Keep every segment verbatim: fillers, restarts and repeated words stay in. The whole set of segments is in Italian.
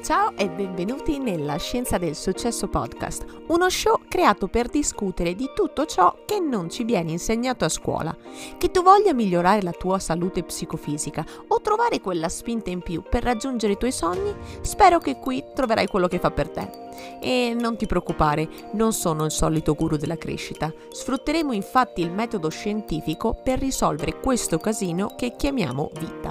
Ciao e benvenuti nella Scienza del Successo Podcast, uno show creato per discutere di tutto ciò che non ci viene insegnato a scuola. Che tu voglia migliorare la tua salute psicofisica o trovare quella spinta in più per raggiungere i tuoi sogni, spero che qui troverai quello che fa per te. E non ti preoccupare, non sono il solito guru della crescita. Sfrutteremo infatti il metodo scientifico per risolvere questo casino che chiamiamo vita.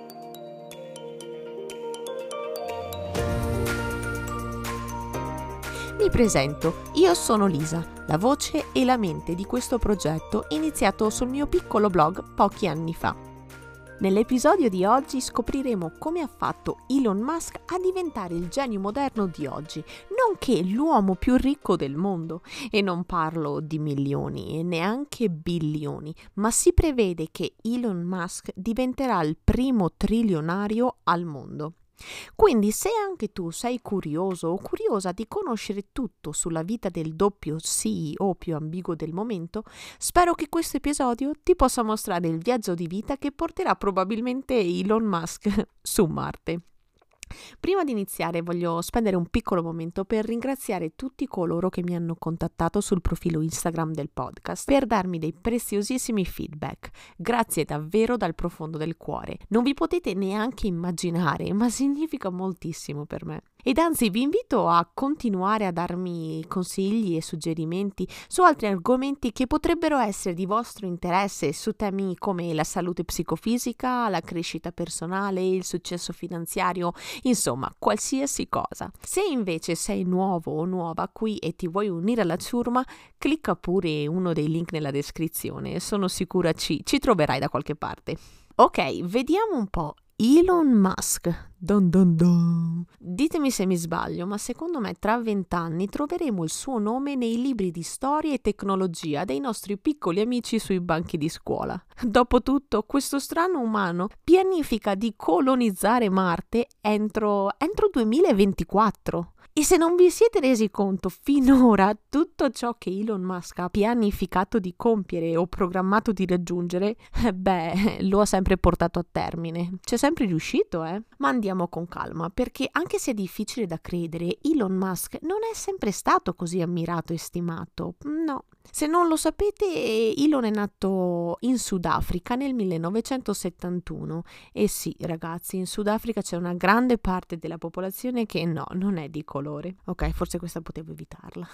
Mi presento, io sono Lisa, la voce e la mente di questo progetto iniziato sul mio piccolo blog pochi anni fa. Nell'episodio di oggi scopriremo come ha fatto Elon Musk a diventare il genio moderno di oggi, nonché l'uomo più ricco del mondo. E non parlo di milioni e neanche bilioni, ma si prevede che Elon Musk diventerà il primo trilionario al mondo. Quindi se anche tu sei curioso o curiosa di conoscere tutto sulla vita del doppio C E O più ambiguo del momento, spero che questo episodio ti possa mostrare il viaggio di vita che porterà probabilmente Elon Musk su Marte. Prima di iniziare voglio spendere un piccolo momento per ringraziare tutti coloro che mi hanno contattato sul profilo Instagram del podcast per darmi dei preziosissimi feedback. Grazie davvero dal profondo del cuore. Non vi potete neanche immaginare, ma significa moltissimo per me. Ed anzi vi invito a continuare a darmi consigli e suggerimenti su altri argomenti che potrebbero essere di vostro interesse su temi come la salute psicofisica, la crescita personale, il successo finanziario, insomma qualsiasi cosa. Se invece sei nuovo o nuova qui e ti vuoi unire alla ciurma, clicca pure uno dei link nella descrizione, sono sicura ci, ci troverai da qualche parte. Ok, vediamo un po'. Elon Musk. Dun dun dun. Ditemi se mi sbaglio, ma secondo me tra vent'anni troveremo il suo nome nei libri di storia e tecnologia dei nostri piccoli amici sui banchi di scuola. Dopotutto, questo strano umano pianifica di colonizzare Marte entro, entro duemilaventiquattro. E se non vi siete resi conto finora tutto ciò che Elon Musk ha pianificato di compiere o programmato di raggiungere, beh, lo ha sempre portato a termine. C'è sempre riuscito, eh? Ma andiamo con calma, perché anche se è difficile da credere, Elon Musk non è sempre stato così ammirato e stimato. No. Se non lo sapete, Elon è nato in Sudafrica nel millenovecentosettantuno. E sì, ragazzi, in Sudafrica c'è una grande parte della popolazione che no, non è di colore. Ok, forse questa potevo evitarla.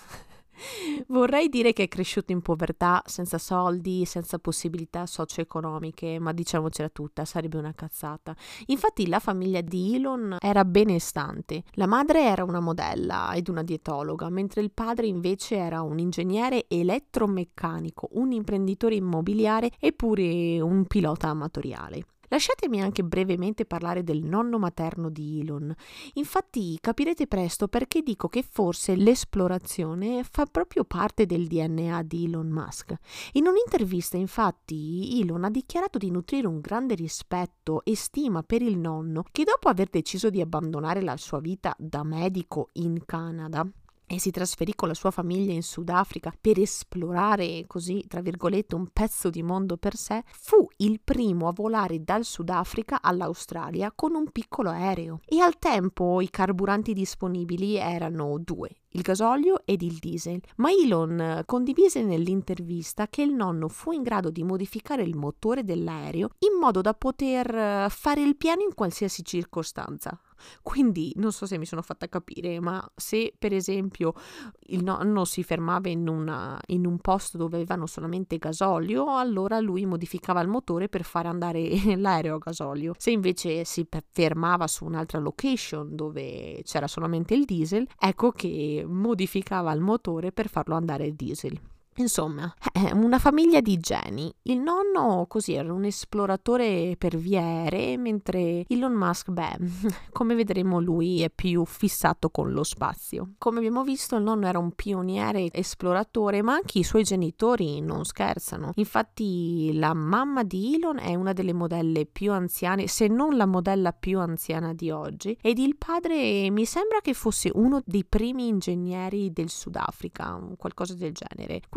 Vorrei dire che è cresciuto in povertà, senza soldi, senza possibilità socio-economiche, ma diciamocela tutta, sarebbe una cazzata. Infatti la famiglia di Elon era benestante. La madre era una modella ed una dietologa, mentre il padre invece era un ingegnere elettromeccanico, un imprenditore immobiliare e pure un pilota amatoriale. Lasciatemi anche brevemente parlare del nonno materno di Elon. Infatti capirete presto perché dico che forse l'esplorazione fa proprio parte del D N A di Elon Musk. In un'intervista infatti Elon ha dichiarato di nutrire un grande rispetto e stima per il nonno che dopo aver deciso di abbandonare la sua vita da medico in Canada e si trasferì con la sua famiglia in Sudafrica per esplorare così, tra virgolette, un pezzo di mondo per sé, fu il primo a volare dal Sudafrica all'Australia con un piccolo aereo. E al tempo i carburanti disponibili erano due, il gasolio ed il diesel, ma Elon condivise nell'intervista che il nonno fu in grado di modificare il motore dell'aereo in modo da poter fare il piano in qualsiasi circostanza. Quindi non so se mi sono fatta capire, ma se per esempio il nonno si fermava in, una, in un posto dove avevano solamente gasolio, allora lui modificava il motore per fare andare l'aereo a gasolio. Se invece si fermava su un'altra location dove c'era solamente il diesel, ecco che modificava il motore per farlo andare il diesel. Insomma, è una famiglia di geni. Il nonno così era un esploratore per vie aeree, mentre Elon Musk, beh, come vedremo lui è più fissato con lo spazio. Come abbiamo visto, il nonno era un pioniere esploratore, ma anche i suoi genitori non scherzano. Infatti la mamma di Elon è una delle modelle più anziane, se non la modella più anziana di oggi, ed il padre mi sembra che fosse uno dei primi ingegneri del Sudafrica, qualcosa del genere. Quindi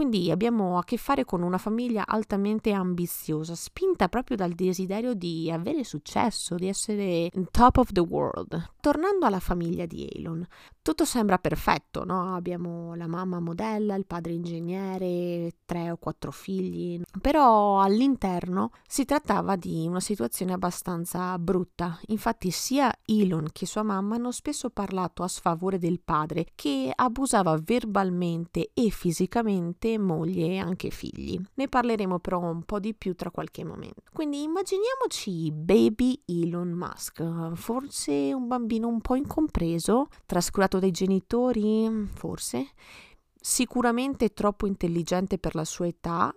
Quindi abbiamo a che fare con una famiglia altamente ambiziosa, spinta proprio dal desiderio di avere successo, di essere top of the world. Tornando alla famiglia di Elon, tutto sembra perfetto, no? Abbiamo la mamma modella, il padre ingegnere, tre o quattro figli, però all'interno si trattava di una situazione abbastanza brutta. Infatti sia Elon che sua mamma hanno spesso parlato a sfavore del padre, che abusava verbalmente e fisicamente moglie e anche figli. Ne parleremo però un po' di più tra qualche momento. Quindi immaginiamoci baby Elon Musk, forse un bambino un po' incompreso, trascurato dai genitori, forse, sicuramente troppo intelligente per la sua età,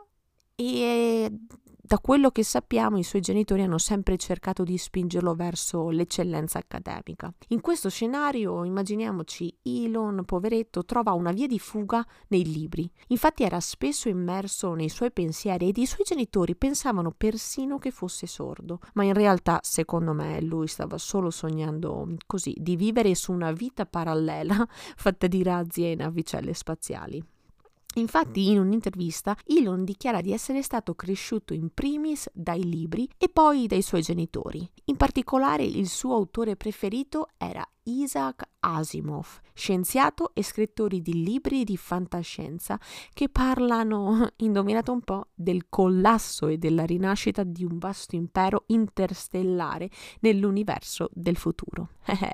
e da quello che sappiamo i suoi genitori hanno sempre cercato di spingerlo verso l'eccellenza accademica. In questo scenario immaginiamoci Elon, poveretto, trova una via di fuga nei libri. Infatti era spesso immerso nei suoi pensieri ed i suoi genitori pensavano persino che fosse sordo, ma in realtà secondo me lui stava solo sognando così di vivere su una vita parallela fatta di razzi e navicelle spaziali. Infatti in un'intervista Elon dichiara di essere stato cresciuto in primis dai libri e poi dai suoi genitori. In particolare il suo autore preferito era Isaac Asimov, scienziato e scrittore di libri di fantascienza che parlano, indovinate un po', del collasso e della rinascita di un vasto impero interstellare nell'universo del futuro.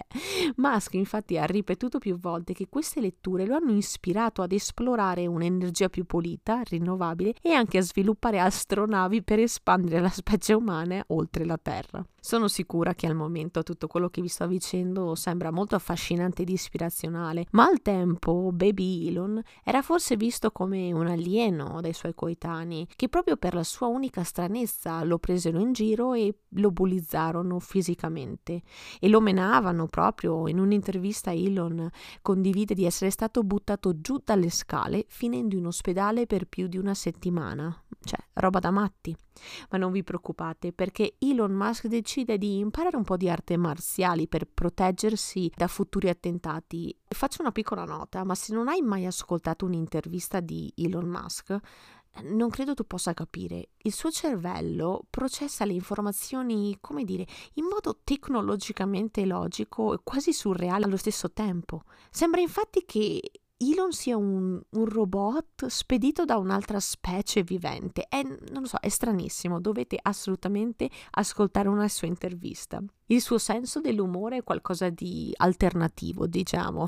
Musk infatti ha ripetuto più volte che queste letture lo hanno ispirato ad esplorare un'energia più pulita, rinnovabile e anche a sviluppare astronavi per espandere la specie umana oltre la Terra. Sono sicura che al momento tutto quello che vi sto dicendo sembra molto affascinante ed ispirazionale, ma al tempo Baby Elon era forse visto come un alieno dai suoi coetanei, che proprio per la sua unica stranezza lo presero in giro e lo bullizzarono fisicamente e lo menavano. Proprio in un'intervista Elon condivide di essere stato buttato giù dalle scale finendo in ospedale per più di una settimana. Cioè, roba da matti. Ma non vi preoccupate, perché Elon Musk decide di imparare un po' di arti marziali per proteggersi da futuri attentati. Faccio una piccola nota, ma se non hai mai ascoltato un'intervista di Elon Musk, non credo tu possa capire. Il suo cervello processa le informazioni, come dire, in modo tecnologicamente logico e quasi surreale allo stesso tempo. Sembra infatti che Elon sia un, un robot spedito da un'altra specie vivente. È, non lo so, è stranissimo, dovete assolutamente ascoltare una sua intervista. Il suo senso dell'umore è qualcosa di alternativo, diciamo.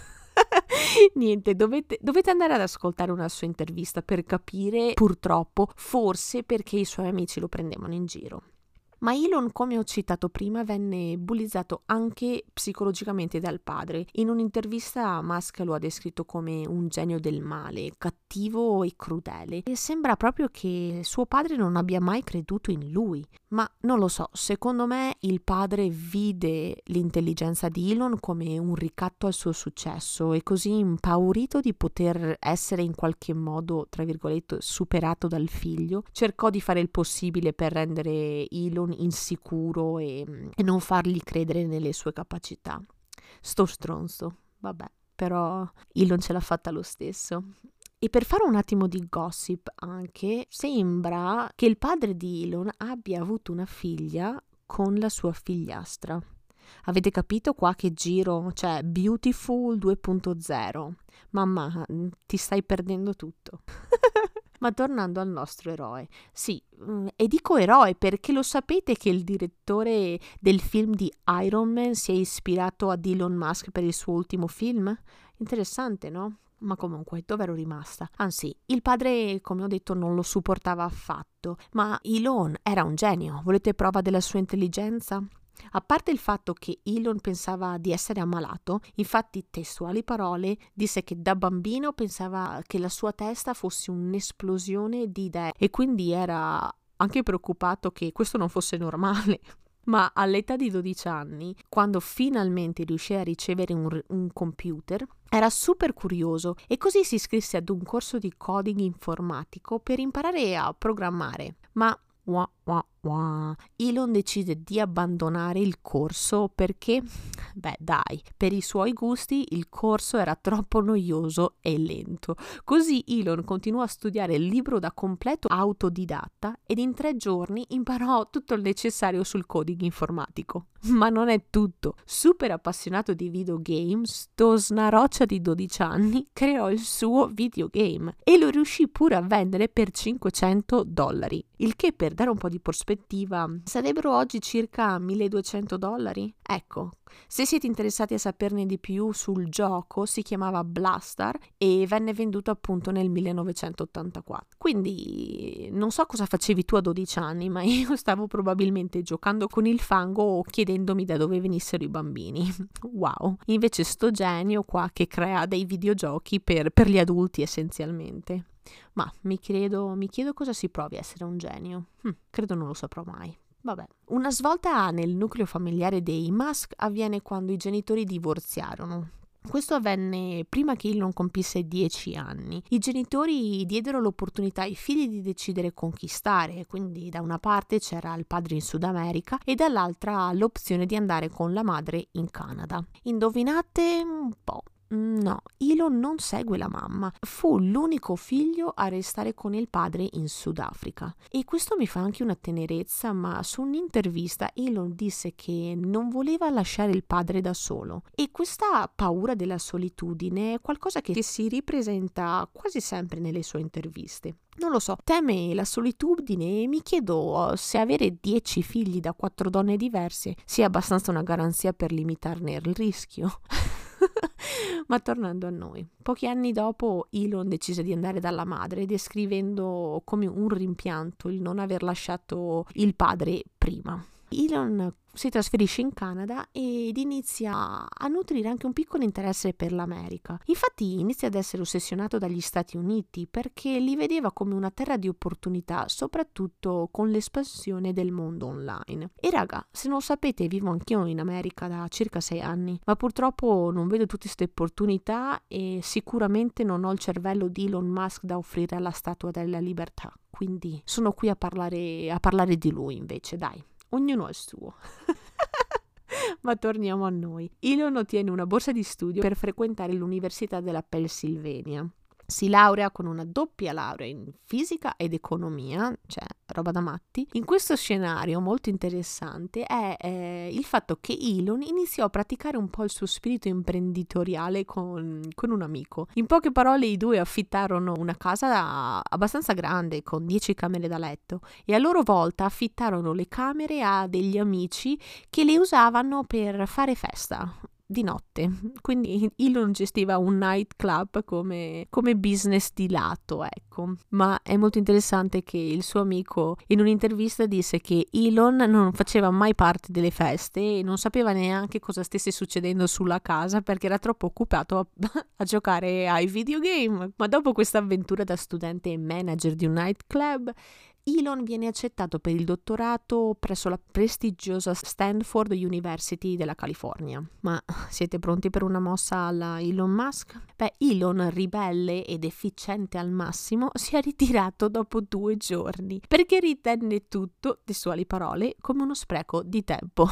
Niente, dovete, dovete andare ad ascoltare una sua intervista per capire, purtroppo, forse perché i suoi amici lo prendevano in giro. Ma Elon, come ho citato prima, venne bullizzato anche psicologicamente dal padre. In un'intervista Musk lo ha descritto come un genio del male, cattivo e crudele. E sembra proprio che suo padre non abbia mai creduto in lui. Ma non lo so, secondo me il padre vide l'intelligenza di Elon come un ricatto al suo successo e così, impaurito di poter essere in qualche modo, tra virgolette, superato dal figlio, cercò di fare il possibile per rendere Elon insicuro e, e non fargli credere nelle sue capacità. Sto stronzo, vabbè, però Elon ce l'ha fatta lo stesso. E per fare un attimo di gossip anche, sembra che il padre di Elon abbia avuto una figlia con la sua figliastra. Avete capito qua che giro? Cioè, Beautiful due punto zero. Mamma, ti stai perdendo tutto. Ma tornando al nostro eroe, sì, e dico eroe perché lo sapete che il direttore del film di Iron Man si è ispirato ad Elon Musk per il suo ultimo film? Interessante, no? Ma comunque, dove ero rimasta? Anzi, il padre, come ho detto, non lo supportava affatto, ma Elon era un genio. Volete prova della sua intelligenza? A parte il fatto che Elon pensava di essere ammalato, infatti, testuali parole, disse che da bambino pensava che la sua testa fosse un'esplosione di idee e quindi era anche preoccupato che questo non fosse normale. Ma all'età di dodici anni, quando finalmente riuscì a ricevere un, un computer, era super curioso e così si iscrisse ad un corso di coding informatico per imparare a programmare. Ma Wah, wah, Wow. Elon decide di abbandonare il corso perché, beh dai, per i suoi gusti il corso era troppo noioso e lento. Così Elon continuò a studiare il libro da completo autodidatta ed in tre giorni imparò tutto il necessario sul coding informatico. Ma non è tutto. Super appassionato di videogames, sto snaroccia di dodici anni creò il suo videogame e lo riuscì pure a vendere per cinquecento dollari, il che, per dare un po' di prospettiva, sarebbero oggi circa milleduecento dollari. Ecco, se siete interessati a saperne di più sul gioco, si chiamava Blastar e venne venduto appunto nel millenovecentottantaquattro. Quindi non so cosa facevi tu a dodici anni, ma io stavo probabilmente giocando con il fango o chiedendomi da dove venissero i bambini. Wow! Invece sto genio qua che crea dei videogiochi per, per gli adulti essenzialmente. Ma mi chiedo, mi chiedo cosa si provi a essere un genio. Hm, credo non lo saprò mai. Vabbè. Una svolta nel nucleo familiare dei Musk avviene quando i genitori divorziarono. Questo avvenne prima che Elon compisse dieci anni. I genitori diedero l'opportunità ai figli di decidere conquistare, quindi da una parte c'era il padre in Sud America e dall'altra l'opzione di andare con la madre in Canada. Indovinate un po'. No, Elon non segue la mamma, fu l'unico figlio a restare con il padre in Sudafrica e questo mi fa anche una tenerezza, ma su un'intervista Elon disse che non voleva lasciare il padre da solo e questa paura della solitudine è qualcosa che si ripresenta quasi sempre nelle sue interviste. Non lo so, teme la solitudine e mi chiedo se avere dieci figli da quattro donne diverse sia abbastanza una garanzia per limitarne il rischio. Ma tornando a noi, pochi anni dopo Elon decise di andare dalla madre, descrivendo come un rimpianto il non aver lasciato il padre prima. Elon si trasferisce in Canada ed inizia a nutrire anche un piccolo interesse per l'America. Infatti inizia ad essere ossessionato dagli Stati Uniti perché li vedeva come una terra di opportunità, soprattutto con l'espansione del mondo online. E raga, se non sapete, vivo anch'io in America da circa sei anni, ma purtroppo non vedo tutte queste opportunità e sicuramente non ho il cervello di Elon Musk da offrire alla Statua della Libertà. Quindi sono qui a parlare, a parlare di lui invece, dai. Ognuno ha il suo. Ma torniamo a noi. Elon ottiene una borsa di studio per frequentare l'Università della Pennsylvania. Si laurea con una doppia laurea in fisica ed economia, cioè roba da matti. In questo scenario molto interessante è eh, il fatto che Elon iniziò a praticare un po' il suo spirito imprenditoriale con, con un amico. In poche parole i due affittarono una casa abbastanza grande con dieci camere da letto e a loro volta affittarono le camere a degli amici che le usavano per fare festa di notte. Quindi Elon gestiva un nightclub come, come business di lato, ecco. Ma è molto interessante che il suo amico in un'intervista disse che Elon non faceva mai parte delle feste e non sapeva neanche cosa stesse succedendo sulla casa perché era troppo occupato a, a giocare ai videogame. Ma dopo questa avventura da studente e manager di un nightclub, Elon viene accettato per il dottorato presso la prestigiosa Stanford University della California. Ma siete pronti per una mossa alla Elon Musk? Beh, Elon, ribelle ed efficiente al massimo, si è ritirato dopo due giorni perché ritenne tutto, testuali parole, come uno spreco di tempo.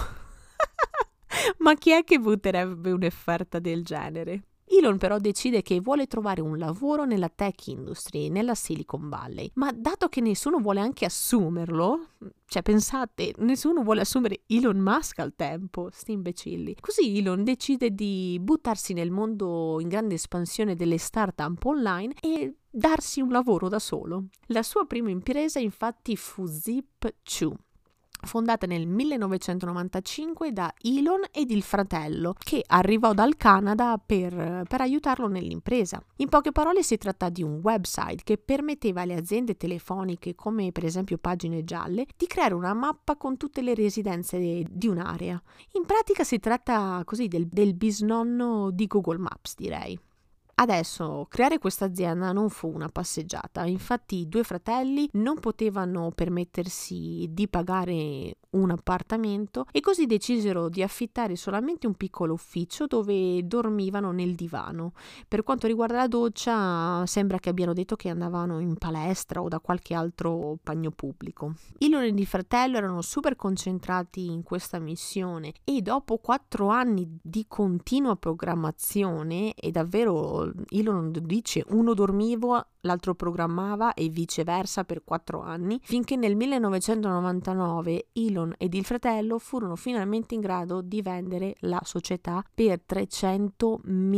Ma chi è che butterebbe un'offerta del genere? Elon però decide che vuole trovare un lavoro nella tech industry, nella Silicon Valley, ma dato che nessuno vuole anche assumerlo, cioè pensate, nessuno vuole assumere Elon Musk al tempo, sti imbecilli. Così Elon decide di buttarsi nel mondo in grande espansione delle startup online e darsi un lavoro da solo. La sua prima impresa infatti fu Zip two, fondata nel millenovecentonovantacinque da Elon ed il fratello, che arrivò dal Canada per, per aiutarlo nell'impresa. In poche parole si tratta di un website che permetteva alle aziende telefoniche, come per esempio Pagine Gialle, di creare una mappa con tutte le residenze di un'area. In pratica si tratta così del, del bisnonno di Google Maps, direi. Adesso, creare questa azienda non fu una passeggiata, infatti i due fratelli non potevano permettersi di pagare un appartamento e così decisero di affittare solamente un piccolo ufficio dove dormivano nel divano. Per quanto riguarda la doccia, sembra che abbiano detto che andavano in palestra o da qualche altro bagno pubblico. Elon ed il fratello erano super concentrati in questa missione e dopo quattro anni di continua programmazione, e davvero Elon dice uno dormiva, l'altro programmava e viceversa per quattro anni, finché nel millenovecentonovantanove Elon ed il fratello furono finalmente in grado di vendere la società per trecento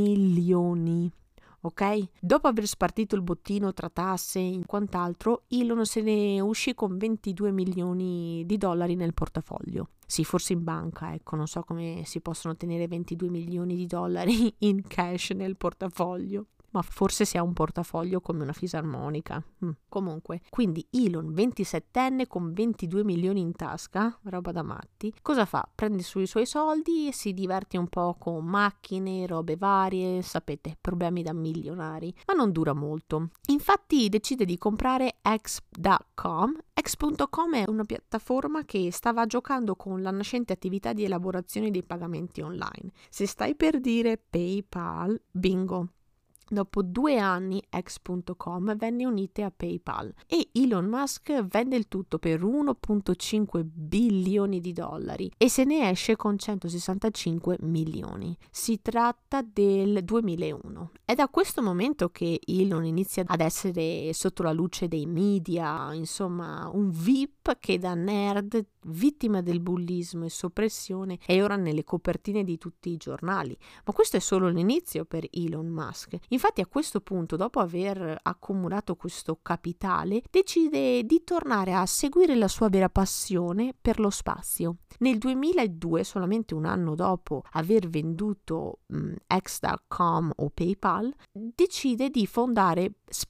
milioni. Ok? Dopo aver spartito il bottino tra tasse e quant'altro, Elon se ne uscì con ventidue milioni di dollari nel portafoglio. Sì, forse in banca, ecco, non so come si possono tenere ventidue milioni di dollari in cash nel portafoglio. Ma forse si ha un portafoglio come una fisarmonica. Mm. Comunque, quindi Elon, ventisettenne con ventidue milioni in tasca, roba da matti, cosa fa? Prende sui suoi soldi e si diverte un po' con macchine, robe varie, sapete, problemi da milionari, ma non dura molto. Infatti decide di comprare X punto com. X punto com è una piattaforma che stava giocando con la nascente attività di elaborazione dei pagamenti online. Se stai per dire PayPal, bingo. Dopo due anni X punto com venne unite a PayPal e Elon Musk vende il tutto per uno virgola cinque bilioni di dollari e se ne esce con centosessantacinque milioni. Si tratta del duemilauno. È da questo momento che Elon inizia ad essere sotto la luce dei media, insomma un V I P che da nerd, vittima del bullismo e soppressione, è ora nelle copertine di tutti i giornali. Ma questo è solo l'inizio per Elon Musk. Infatti a questo punto, dopo aver accumulato questo capitale, decide di tornare a seguire la sua vera passione per lo spazio. Nel duemiladue, solamente un anno dopo aver venduto mh, X punto com o PayPal, decide di fondare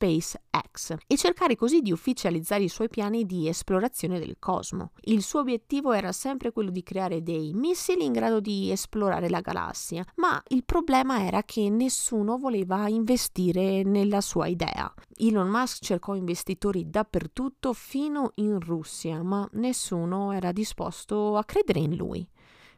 SpaceX e cercare così di ufficializzare i suoi piani di esplorazione del cosmo. Il suo obiettivo era sempre quello di creare dei missili in grado di esplorare la galassia, ma il problema era che nessuno voleva investire nella sua idea. Elon Musk cercò investitori dappertutto, fino in Russia, ma nessuno era disposto a credere in lui.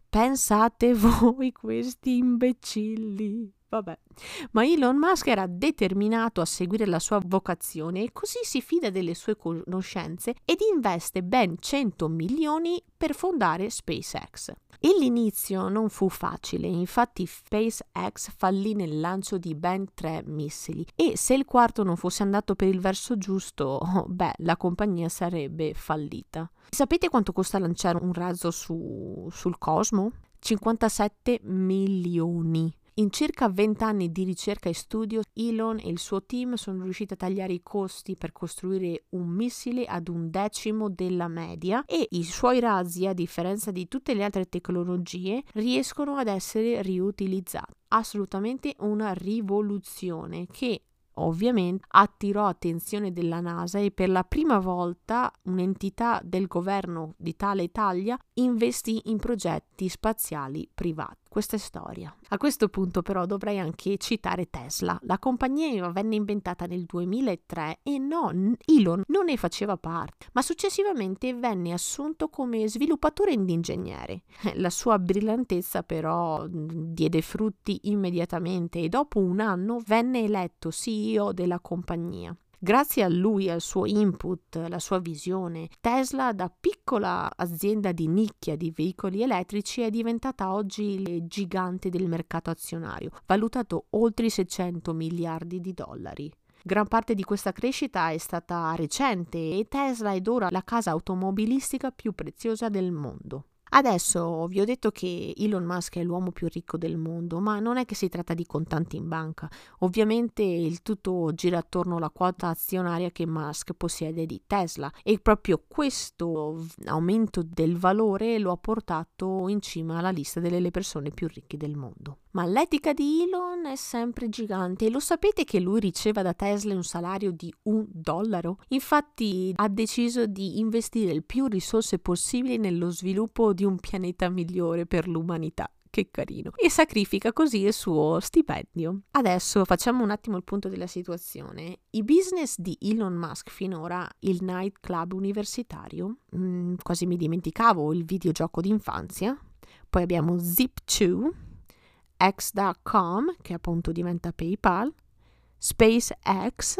Pensate voi, questi imbecilli. Vabbè, ma Elon Musk era determinato a seguire la sua vocazione e così si fida delle sue conoscenze ed investe ben cento milioni per fondare SpaceX. E l'inizio non fu facile, infatti SpaceX fallì nel lancio di ben tre missili e se il quarto non fosse andato per il verso giusto, beh, la compagnia sarebbe fallita. Sapete quanto costa lanciare un razzo su, sul cosmo? cinquantasette milioni. In circa venti anni di ricerca e studio, Elon e il suo team sono riusciti a tagliare i costi per costruire un missile ad un decimo della media e i suoi razzi, a differenza di tutte le altre tecnologie, riescono ad essere riutilizzati. Assolutamente una rivoluzione che ovviamente attirò attenzione della NASA e per la prima volta un'entità del governo di tale taglia investì in progetti spaziali privati. Questa è storia. A questo punto però dovrei anche citare Tesla. La compagnia venne inventata nel duemilatré e no, Elon non ne faceva parte, ma successivamente venne assunto come sviluppatore ed ingegnere. La sua brillantezza però diede frutti immediatamente e dopo un anno venne eletto C E O della compagnia. Grazie a lui, al suo input, alla sua visione, Tesla, da piccola azienda di nicchia di veicoli elettrici, è diventata oggi il gigante del mercato azionario, valutato oltre i seicento miliardi di dollari. Gran parte di questa crescita è stata recente e Tesla è ora la casa automobilistica più preziosa del mondo. Adesso vi ho detto che Elon Musk è l'uomo più ricco del mondo, ma non è che si tratta di contanti in banca. Ovviamente il tutto gira attorno alla quota azionaria che Musk possiede di Tesla e proprio questo aumento del valore lo ha portato in cima alla lista delle persone più ricche del mondo. Ma l'etica di Elon è sempre gigante e lo sapete che lui riceve da Tesla un salario di un dollaro? Infatti ha deciso di investire il più risorse possibili nello sviluppo di un pianeta migliore per l'umanità. che carino, e sacrifica così il suo stipendio. Adesso facciamo un attimo il punto della situazione. I business di Elon Musk finora, il nightclub universitario, mm, quasi mi dimenticavo, il videogioco d'infanzia, poi abbiamo Zip two, X punto com che appunto diventa PayPal, SpaceX,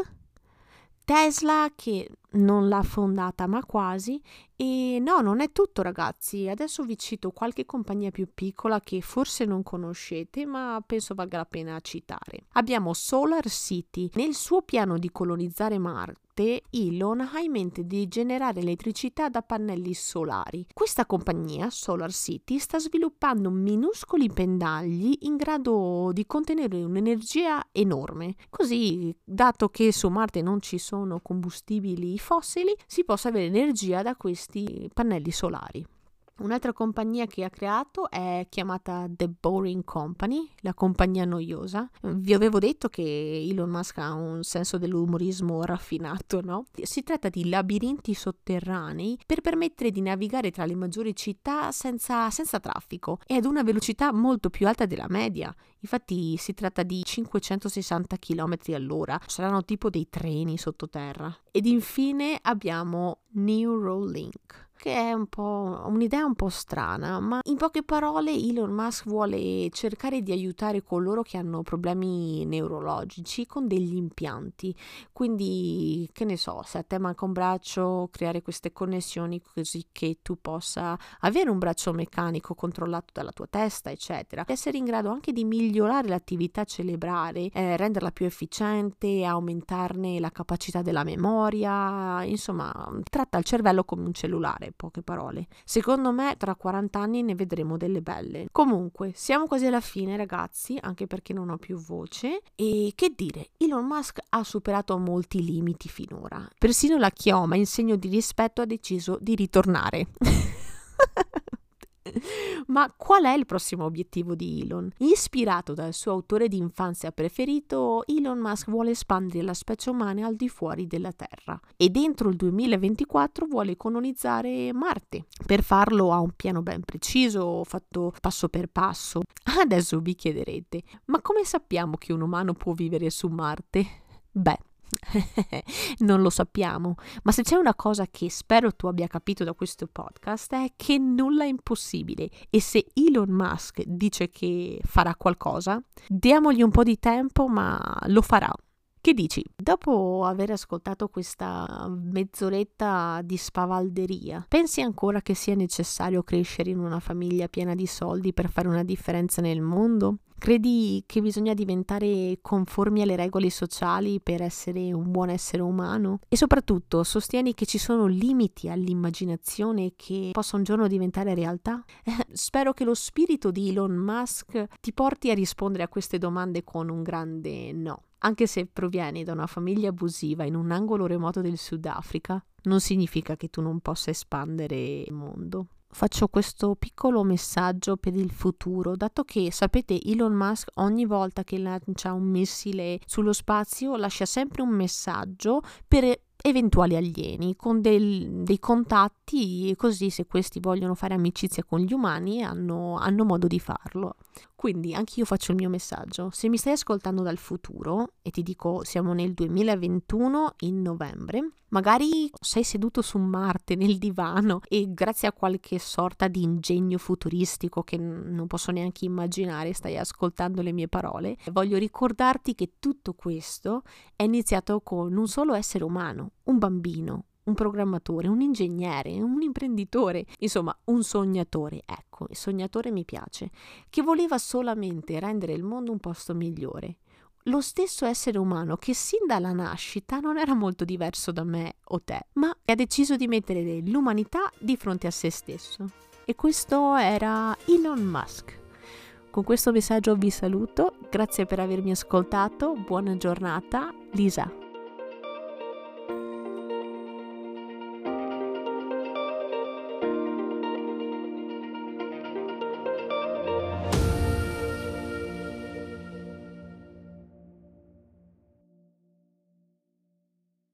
Tesla che non l'ha fondata ma quasi, e no, non è tutto ragazzi, adesso vi cito qualche compagnia più piccola che forse non conoscete ma penso valga la pena citare. Abbiamo SolarCity. Nel suo piano di colonizzare Marte, Elon ha in mente di generare elettricità da pannelli solari. Questa compagnia, SolarCity, sta sviluppando minuscoli pendagli in grado di contenere un'energia enorme, così, dato che su Marte non ci sono combustibili fossili, si possa avere energia da questi pannelli solari. Un'altra compagnia che ha creato è chiamata The Boring Company, la compagnia noiosa. Vi avevo detto che Elon Musk ha un senso dell'umorismo raffinato, no? Si tratta di labirinti sotterranei per permettere di navigare tra le maggiori città senza, senza traffico e ad una velocità molto più alta della media. Infatti si tratta di cinquecentosessanta chilometri all'ora, saranno tipo dei treni sottoterra. Ed infine abbiamo Neuralink, che è un po' un'idea un po' strana, ma in poche parole Elon Musk vuole cercare di aiutare coloro che hanno problemi neurologici con degli impianti. Quindi, che ne so, se a te manca un braccio, creare queste connessioni così che tu possa avere un braccio meccanico controllato dalla tua testa, eccetera. Essere in grado anche di migliorare l'attività cerebrale, eh, renderla più efficiente, aumentarne la capacità della memoria, insomma, tratta il cervello come un cellulare. Poche parole. Secondo me tra quaranta anni ne vedremo delle belle. Comunque, siamo quasi alla fine ragazzi, anche perché non ho più voce. E che dire, Elon Musk ha superato molti limiti finora. Persino la chioma in segno di rispetto ha deciso di ritornare. Ma qual è il prossimo obiettivo di Elon? Ispirato dal suo autore di infanzia preferito, Elon Musk vuole espandere la specie umana al di fuori della Terra e dentro il duemilaventiquattro vuole colonizzare Marte. Per farlo ha un piano ben preciso, fatto passo per passo. Adesso vi chiederete, ma come sappiamo che un umano può vivere su Marte? Beh, non lo sappiamo, ma se c'è una cosa che spero tu abbia capito da questo podcast è che nulla è impossibile, e se Elon Musk dice che farà qualcosa, diamogli un po' di tempo, ma lo farà. Che dici? Dopo aver ascoltato questa mezz'oretta di spavalderia, pensi ancora che sia necessario crescere in una famiglia piena di soldi per fare una differenza nel mondo? Credi che bisogna diventare conformi alle regole sociali per essere un buon essere umano? E soprattutto, sostieni che ci sono limiti all'immaginazione che possa un giorno diventare realtà? Eh, spero che lo spirito di Elon Musk ti porti a rispondere a queste domande con un grande no. Anche se provieni da una famiglia abusiva in un angolo remoto del Sudafrica, non significa che tu non possa espandere il mondo. Faccio questo piccolo messaggio per il futuro, dato che sapete Elon Musk ogni volta che lancia un missile sullo spazio lascia sempre un messaggio per eventuali alieni con del, dei contatti, così se questi vogliono fare amicizia con gli umani hanno, hanno modo di farlo. Quindi anche io faccio il mio messaggio. Se mi stai ascoltando dal futuro, e ti dico siamo nel duemilaventuno in novembre, magari sei seduto su Marte nel divano e grazie a qualche sorta di ingegno futuristico che non posso neanche immaginare stai ascoltando le mie parole, voglio ricordarti che tutto questo è iniziato con un solo essere umano, un bambino, un programmatore, un ingegnere, un imprenditore, insomma un sognatore, ecco, il sognatore mi piace, che voleva solamente rendere il mondo un posto migliore. Lo stesso essere umano che sin dalla nascita non era molto diverso da me o te, ma ha deciso di mettere l'umanità di fronte a se stesso. E questo era Elon Musk. Con questo messaggio vi saluto, grazie per avermi ascoltato, buona giornata, Lisa.